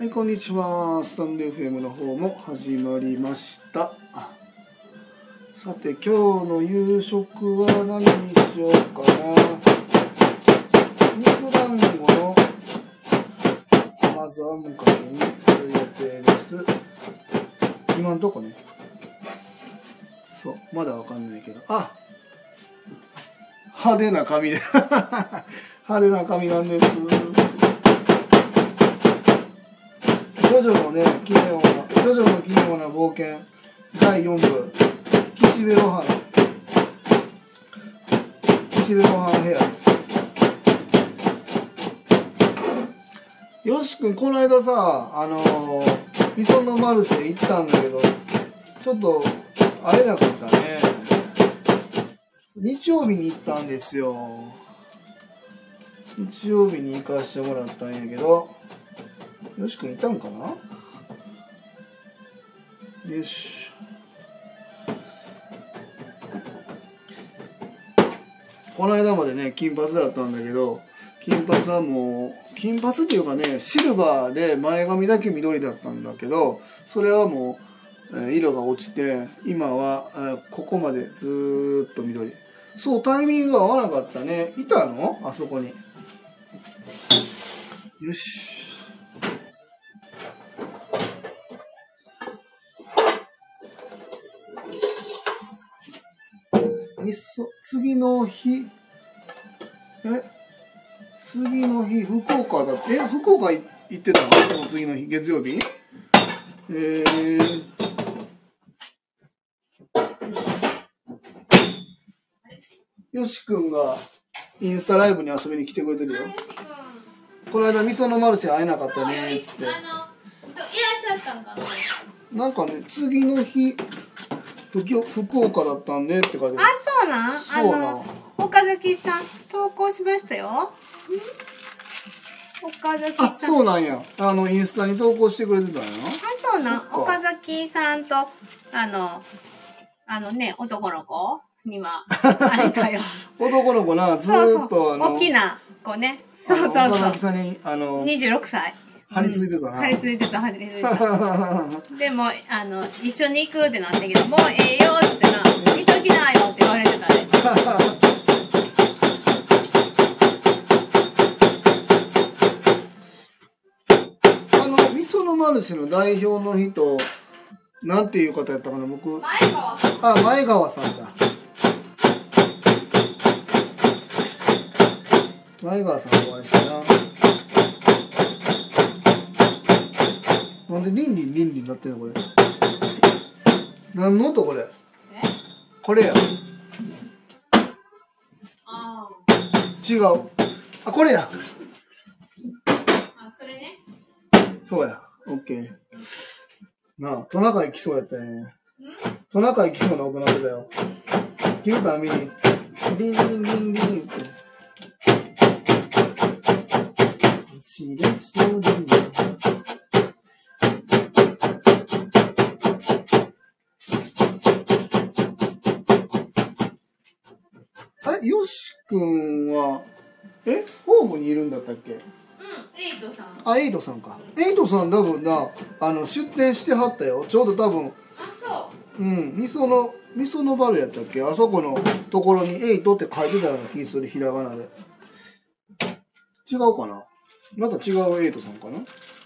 はい、こんにちは。スタンド FM の方も始まりました。さて、今日の夕食は何にしようかな。肉団子の甘酢あんかけにする予定です。今んとこね。そう、まだわかんないけど。派手な髪で。派手な髪なんです。ジョジョの奇妙な冒険第4部岸辺露伴ヘアです。よし君、この間さみそのマルシェ行ったんだけど、ちょっと会えなかったね。日曜日に行ったんですよ。日曜日に行かしてもらったんやけど、よし君いたんかな。よし。この間までね金髪だったんだけど、金髪はもう金髪っていうかね、シルバーで前髪だけ緑だったんだけど、それはもう色が落ちて、今はここまでずーっと緑。そう、タイミングが合わなかったね。いたの？あそこに。よし。次の日福岡だって、福岡行ってたの？その次の日月曜日。よし君がインスタライブに遊びに来てくれてるよ。この間みそのマルシェ会えなかったねっつって。いらっしゃったんかな。なんかね、次の日福岡だったんでって感じ。 そうなん？岡崎さん投稿しましたよ。岡崎さん。 そうなんや。インスタに投稿してくれてたんやな。 そうなん。岡崎さんとね、男の子にはあれだよ。 男の子な、ずーっと大きな子ね。そう。 岡崎さんに 26歳。 張り付いてたな。 張り付いてた。でも一緒に行くってなったけど、もうええよってな、見ときなよって言われてたね。 みそのマルシェの代表の人、なんていう方やったかな、僕。前川さんだ。前川さんお会いしたな。なんでリンリンなってんのこれ。何の音これ。これや。違う。これや。 それね。 そうや。オッケー。なあ、トナカイ来そうやったね。トナカイ来そうな音鳴ってたよ。聞くたびに、リンリンリンリンって。しれしょりん。よしくんは、ホームにいるんだったっけ？ エイトさん。 エイトさんか。エイトさん多分な、出店してはったよ。ちょうど多分。 そう。 みそのバルやったっけ？あそこのところにエイトって書いてたような気する、ひらがなで。違うかな？また違うエイトさんかな？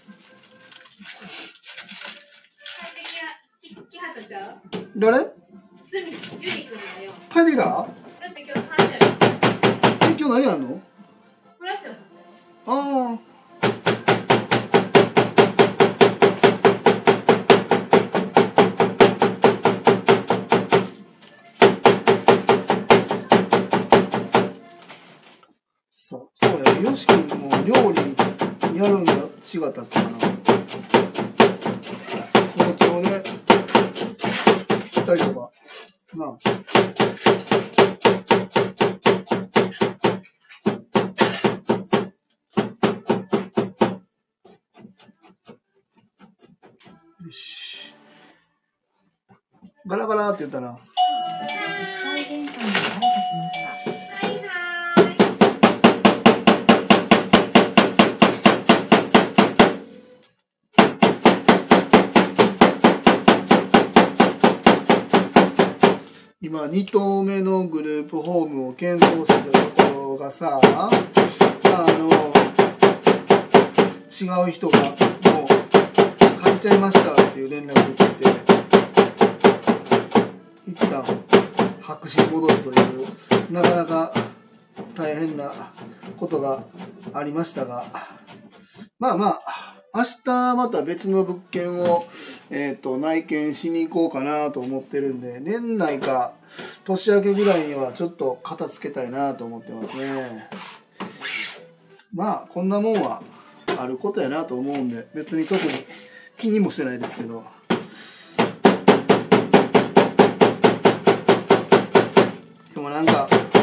誰？ ゆりくんだよ。 帰ってきた？だって今日3時や。 今日何やんの？ フラッシュさんだよ。 そうや、よし君も料理やるんだ違ったっけかな。包丁で切ったりとかなあ。よし。ガラガラって言ったな。 今2棟目のグループホームを検討してたところがさ、違う人がもう借りちゃいましたっていう連絡を来て、一旦白紙に戻るというなかなか大変なことがありましたが、まあまあ明日また別の物件を、内見しに行こうかなと思ってるんで、年内か年明けぐらいにはちょっと片付けたいなと思ってますね。まあこんなもんはあることやなと思うんで、別に特に気にもしてないですけど。でもなんか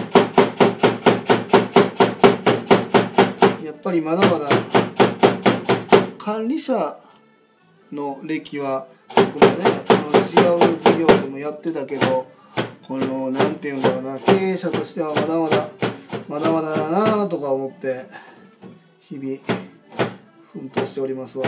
やっぱりまだまだ管理者の歴は僕もね、違う事業でもやってたけど、このなんていうんだろうな、経営者としてはまだまだだなとか思って日々奮闘しておりますわ。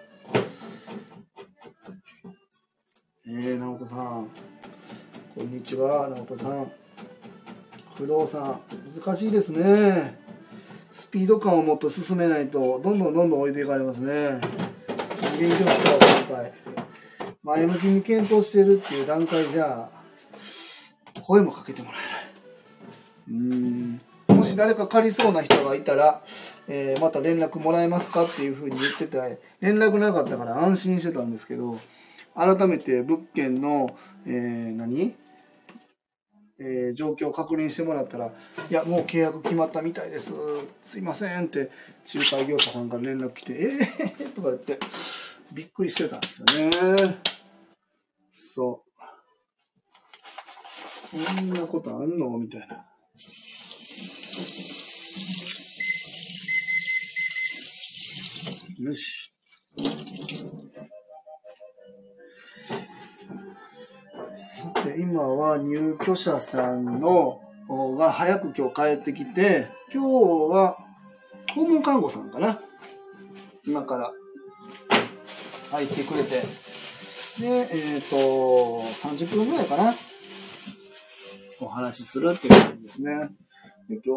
直人さん、こんにちは。直人さん、不動産難しいですね。スピード感をもっと進めないとどんどん置いていかれますね。勉強したわ今回。前向きに検討してるっていう段階じゃ声もかけてもらえない。もし誰か借りそうな人がいたら、また連絡もらえますかっていうふうに言ってて、連絡なかったから安心してたんですけど、改めて物件の、状況を確認してもらったら、いやもう契約決まったみたいです、すいませんって仲介業者さんから連絡来て、とか言ってびっくりしてたんですよね。そんなことあんのみたいな。よし。さて今は入居者さんのが早く今日帰ってきて、今日は訪問看護さんかな、今から入ってくれて、で30分ぐらいかなお話しするっていう感じですね。で今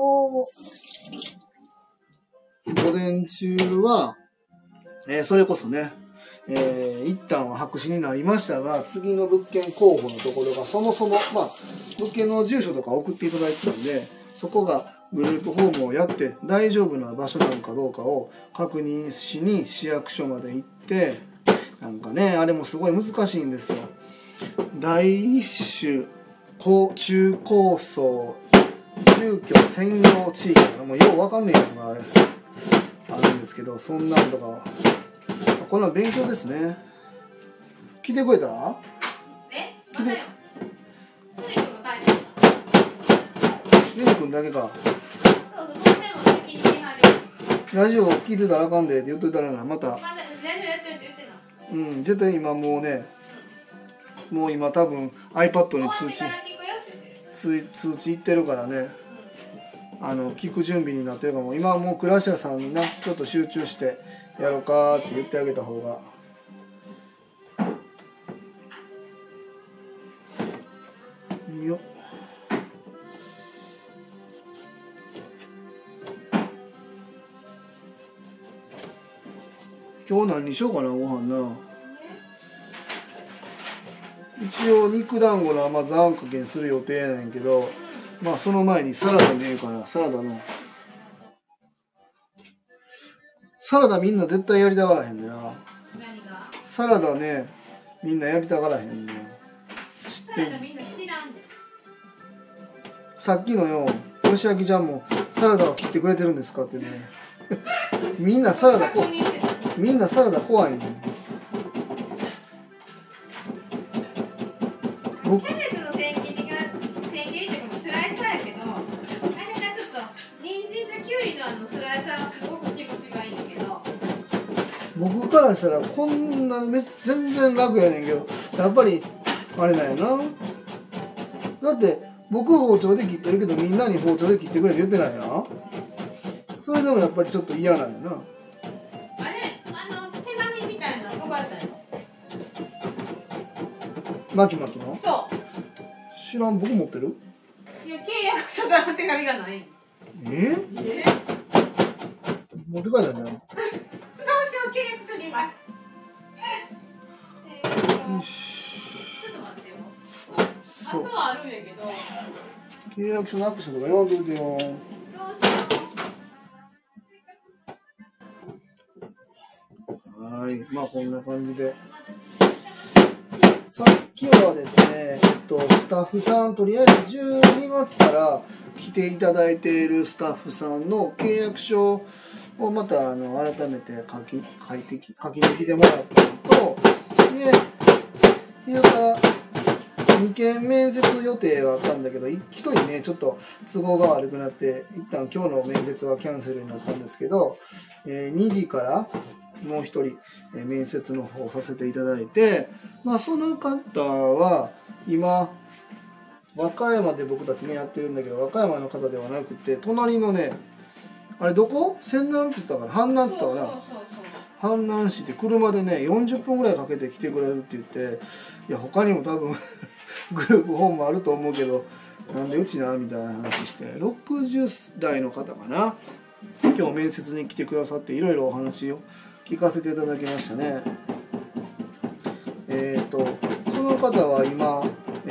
日午前中は、それこそね、一旦は白紙になりましたが、次の物件候補のところがそもそも、物件の住所とか送っていただいてたんで、そこがグループホームをやって大丈夫な場所なのかどうかを確認しに市役所まで行って、なんかね、あれもすごい難しいんですよ。第一種中高層住居専用地域とか、もうようわかんないやつがあるんですけど、そんなんとかこれは勉強ですね。来てくれた？ またよ。スリ君が帰ってきた。 ユニ君だけか。 そうそう、僕でも先に来はる。 ラジオ聞いてたらあかんでって言っといたらな、また。 ラジオやってるって言ってた。 絶対今もうね、もう今多分 iPad に通知いってるからね、聞く準備になってるかも。今はもう倉科さんにな、ちょっと集中してやろうかって言ってあげた方が。いいよ。今日何にしようかな、ご飯な。一応肉団子の甘酢あんかけにする予定やねんけど、その前にサラダでいいから、サラダみんな絶対やりたがらへんでな。 何が？ サラダね、みんなやりたがらへんねん。知ってる？さっきのよ、よしあきちゃんもサラダを切ってくれてるんですかってね。みんなサラダ怖いねん。 キャベツの千切りっていうかスライサーやけど、あれがちょっと人参ときゅうりのスライサーはすごく気持ちがいいんだけど、 僕からしたらこんな全然楽やねんけど、やっぱりあれなんやな。だって僕包丁で切ってるけど、みんなに包丁で切ってくれって言ってないな。それでもやっぱりちょっと嫌なんやな。 あれ、手紙みたいなのどこやったの？ 巻きの？ そう。 知らん、僕持ってる？ いや、契約書の手紙がない。 持って帰ったんじゃない？どうしよう、 契約書2枚。 よし。 ちょっと待ってよ。 そう。 あとはあるんやけど。 契約書なくしたとか言わんといてよ。 どうしよう。はい、まあこんな感じで。さっきはですね、スタッフさん、とりあえず12月から来ていただいているスタッフさんの契約書をまた改めて書き抜きでもらったのと、で、昼から2件面接予定があったんだけど、1人ね、ちょっと都合が悪くなって、一旦今日の面接はキャンセルになったんですけど、2時からもう1人面接の方をさせていただいて、まあその方は今、和歌山で僕たちねやってるんだけど、和歌山の方ではなくて、隣のね、あれどこ？泉南って言ったかな？阪南って言ったかな？阪南市って車でね、40分ぐらいかけて来てくれるって言って、いや他にも多分グループホームもあると思うけど、なんでうちなみたいな話して、60代の方かな、今日面接に来てくださっていろいろお話を聞かせていただきましたね。その方は今、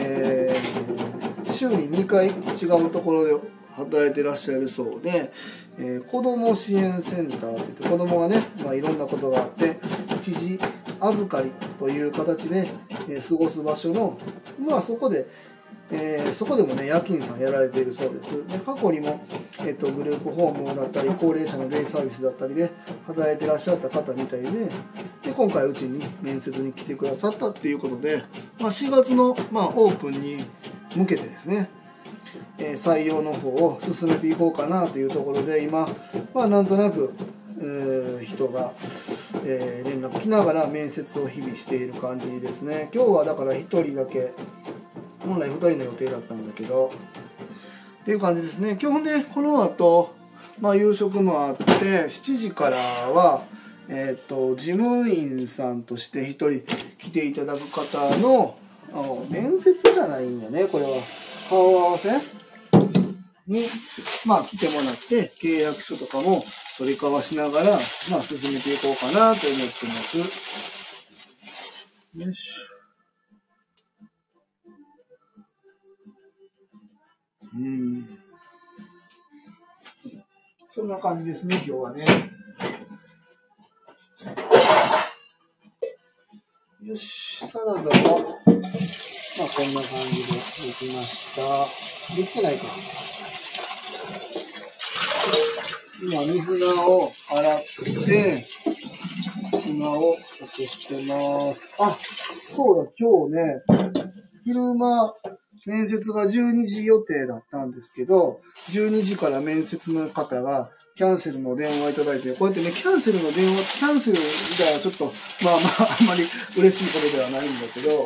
週に2回違うところで働いてらっしゃるそうで、子ども支援センターっていって子どもがね、まあ、いろんなことがあって一時預かりという形で、過ごす場所の、まあ、そこでもね夜勤さんやられているそうです。で過去にも、グループホームだったり高齢者のデイサービスだったりで働いてらっしゃった方みたいで、今回うちに面接に来てくださったっていうことで、まあ、4月の、まあ、オープンに向けてですね、採用の方を進めていこうかなというところで今、まあ、なんとなく人が、連絡来ながら面接を日々している感じですね。今日はだから1人だけ、本来2人の予定だったんだけどっていう感じですね。今日ね、この後、まあ、夕食もあって7時からは、事務員さんとして1人来ていただく方の面接じゃないんだね、これは顔合わせに、まあ、来てもらって契約書とかも取り交わしながら、まあ、進めていこうかなと思ってます。よし。そんな感じですね、今日はね。よし、サラダは、まあ、こんな感じでできました。できてないか。今、水菜を洗って、砂を落としてます。あ、そうだ、今日ね、昼間、面接が12時予定だったんですけど、12時から面接の方がキャンセルの電話いただいて、こうやってね、キャンセルがちょっと、まああんまり嬉しいことではないんだけど、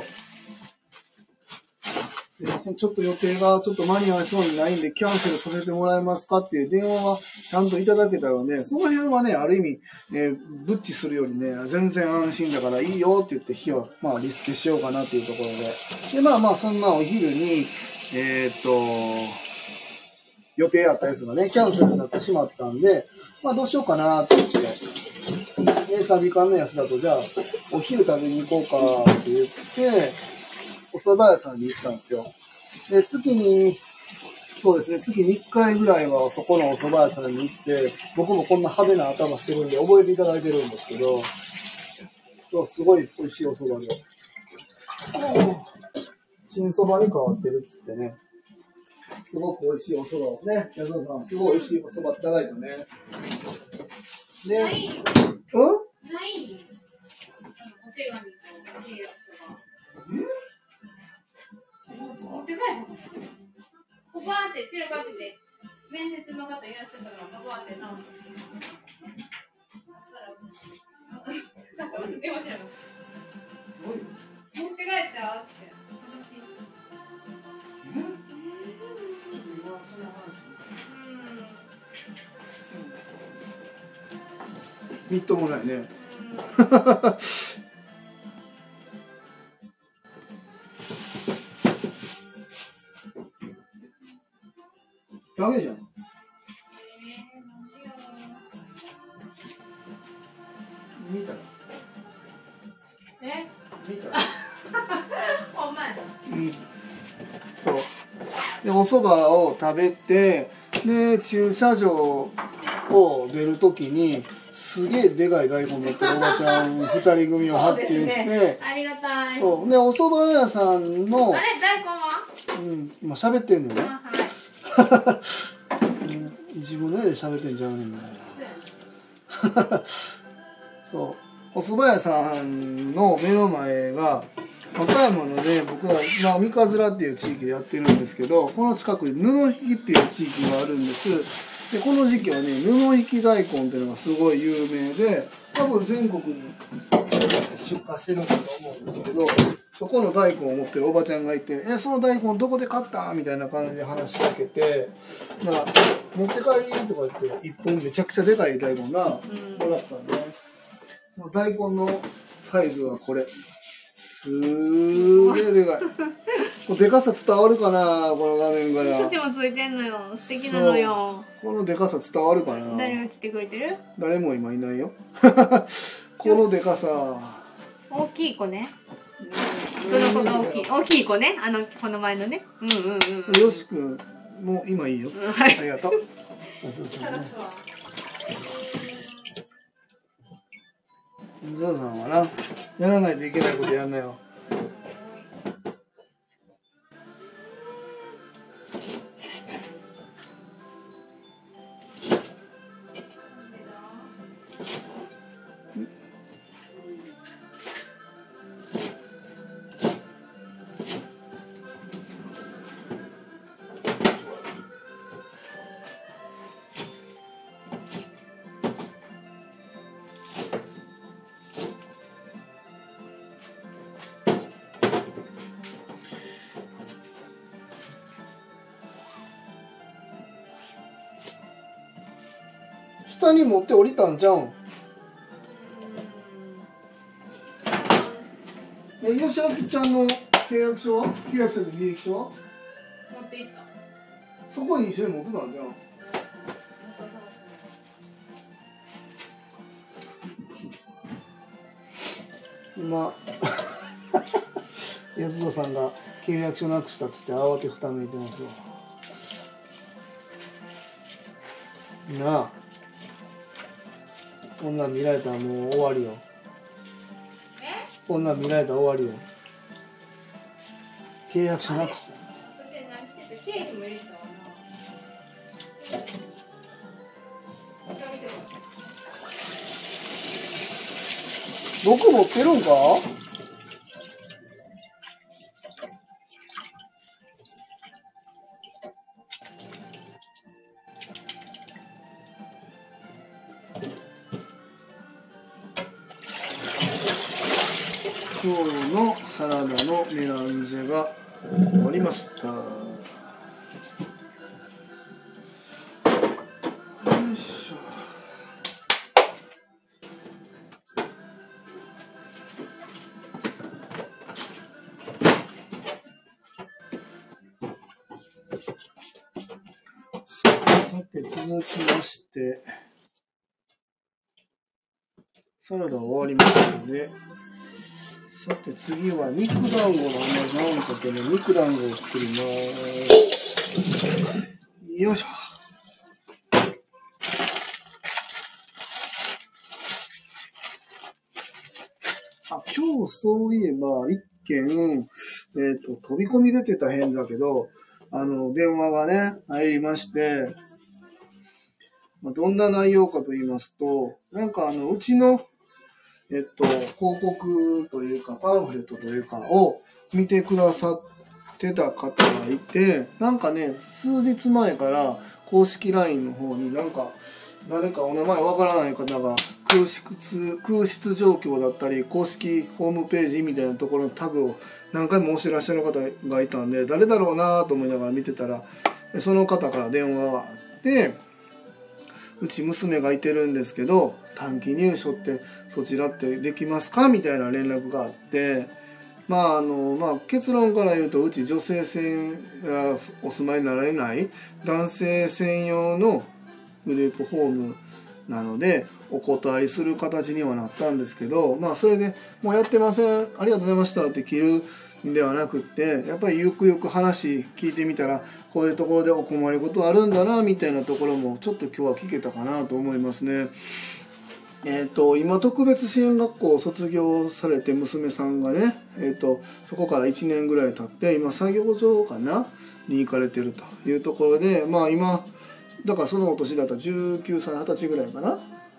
すいません、ちょっと予定がちょっと間に合いそうにないんで、キャンセルさせてもらえますかっていう電話がちゃんといただけたらね、その辺はね、ある意味、ブッチするよりね、全然安心だからいいよって言って日は、まあリスケしようかなっていうところで。で、まあそんなお昼に、予定あったやつがね、キャンセルになってしまったんで、まあどうしようかなって言って、サビ缶のやつだと、じゃあ、お昼食べに行こうかって言って、お蕎麦屋さんに行ったんですよ。で、月に1回ぐらいはそこのお蕎麦屋さんに行って、僕もこんな派手な頭してるんで覚えていただいてるんですけど、そう、すごい美味しいお蕎麦で。新蕎麦に変わってるっつってね。すごく美味しいお蕎麦をね、矢沢さん、すごい美味しいお蕎麦いただいたね。で、 ない。 お手紙と契約とか。持って帰る。ここあって散らかってて、面接の方いらっしゃったからここあって直して。電話しなかった。持って帰ったって。 みっともないね。 ダメじゃん。見たら見たらほんまやな。 うん。そうでお蕎麦を食べて、で駐車場を出るときにすげえでかい大根乗ってるおばちゃん2人組を発見して、 ね、ありがたい。 そうでお蕎麦屋さんのあれ大根は？ 今喋ってんのよね。 はい、 自分の絵で喋ってんじゃんねんな。そうお蕎麦屋さんの目の前が和歌山のね、僕は今三日面っていう地域でやってるんですけど、この近くに布引っていう地域があるんです。でこの時期はね、布引き大根っていうのがすごい有名で、多分全国に出荷してるんだと思うんですけど、そこの大根を持ってるおばちゃんがいて「その大根どこで買った？」みたいな感じで話しかけて「持って帰り」とか言って1本めちゃくちゃでかい大根がもらったんで、その大根のサイズはこれすーげえでかい。これでかさ伝わるかな、この画面から。 土もついてんのよ。素敵なのよ。 このでかさ伝わるかな。 誰が来てくれてる？ 誰も今いないよ。このでかさ。 大きい子ね。どの子が大きい？大きい子ね。この前のね。 よしくんもう今いいよ。ありがとう。水野さんはな、やらないといけないことやんなよ。下に持って降りたんじゃん。吉明ちゃんの契約書は？契約書の履歴書は？ 持っていった。 そこに一緒に持ってたんじゃん。今安田さんが契約書なくしたっつって慌てふためいてますわ。なあ、こんなん見られたらもう終わりよ。こんなん見られたら終わりよ。契約書なくした。 ケーキも入れてたわな。 毒持ってるんか？今日のサラダのメランジェが終わりました。よいしょ。さて続きましてサラダ終わりましたので、さて次は肉団子の同じあんかけの肉団子を作ります。よいしょ。今日そういえば一件飛び込み出てた変だけど電話がね入りまして、どんな内容かと言いますと、なんかうちの広告というかパンフレットというかを見てくださってた方がいて、なんかね数日前から公式 LINE の方になんか誰かお名前わからない方が空室状況だったり公式ホームページみたいなところのタグを何回も押してらっしゃる方がいたんで、誰だろうなと思いながら見てたら、その方から電話があって、うち娘がいてるんですけど短期入所ってそちらってできますかみたいな連絡があって、 結論から言うと、うち女性がお住まいになられない男性専用のグループホームなのでお断りする形にはなったんですけど、それでもうやってません、ありがとうございましたって切るんではなくって、やっぱりゆくゆく話聞いてみたら、こういうところでお困りごとあるんだなみたいなところもちょっと今日は聞けたかなと思いますね。今特別支援学校を卒業されて、娘さんがね、そこから1年ぐらい経って今作業場かなに行かれてるというところで、今だからそのお年だったら19歳20歳ぐらいかな。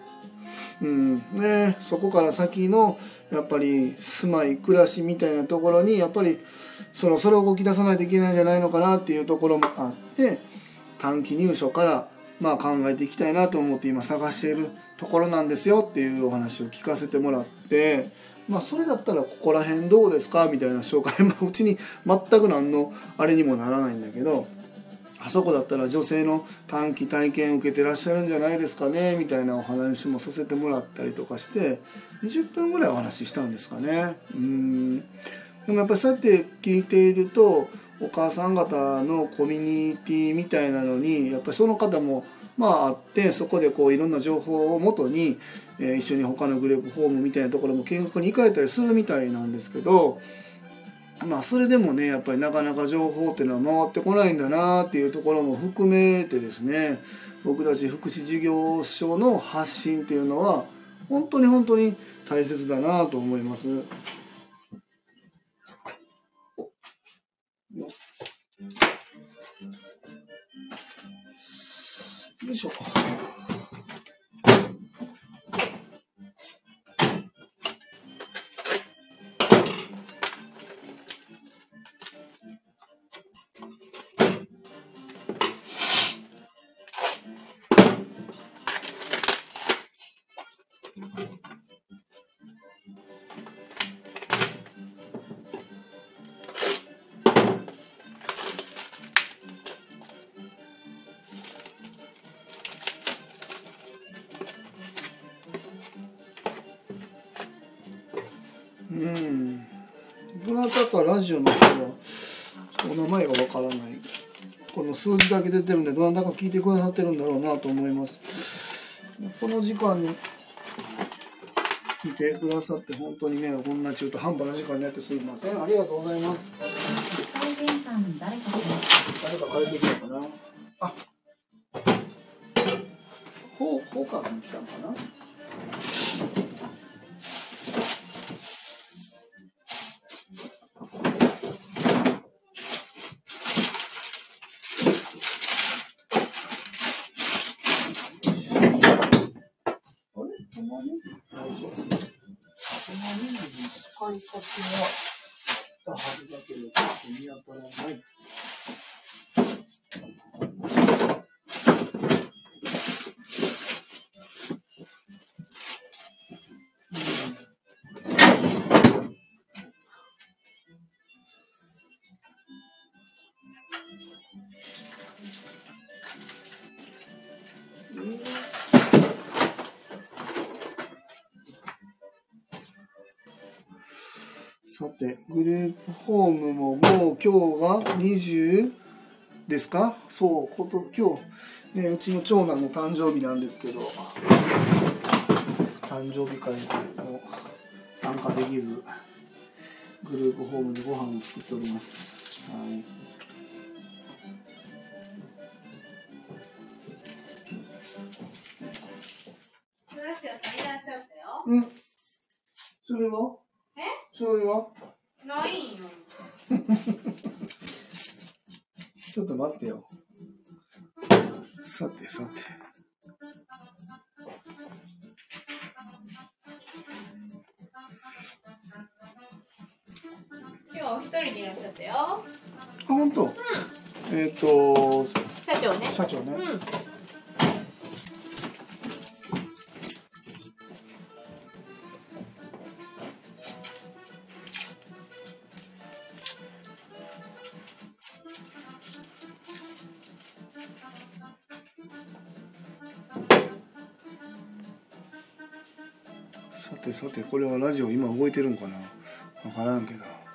そこから先のやっぱり住まい暮らしみたいなところにやっぱりそろそろ動き出さないといけないんじゃないのかなっていうところもあって、短期入所から考えていきたいなと思って今探しているところなんですよっていうお話を聞かせてもらって、それだったらここら辺どうですかみたいな紹介、うちに全く何のあれにもならないんだけど、あそこだったら女性の短期体験受けてらっしゃるんじゃないですかねみたいなお話もさせてもらったりとかして20分ぐらいお話ししたんですかね。でもやっぱりそうやって聞いていると、お母さん方のコミュニティみたいなのにやっぱりその方もあって、そこでこういろんな情報をもとに、一緒に他のグループホームみたいなところも見学に行かれたりするみたいなんですけど、それでもねやっぱりなかなか情報っていうのは回ってこないんだなっていうところも含めてですね、僕たち福祉事業所の発信っていうのは本当に本当に大切だなと思います。よいしょ。どなたかラジオの人はお名前がわからない、この数字だけ出てるんでどなたか聞いてくださってるんだろうなと思います。この時間に聞いてくださって本当にね、こんな中途半端な時間になってすいません。ありがとうございます。誰か帰ってきたかな。ほうかさん来たのかな。使い方はあったはずだけど、ちょっと見当たらない。さて、グループホームももう今日が20ですか？そう、今日、ね、うちの長男の誕生日なんですけど、誕生日会も参加できず、グループホームでご飯を作っております。はい。うん。それは？それは？ ないよ。 ちょっと待ってよ。さて。 今日お一人でいらっしゃったよ。 本当？ 社長ね。 社長ね。さてこれはラジオ今動いてるんかな、分からんけど。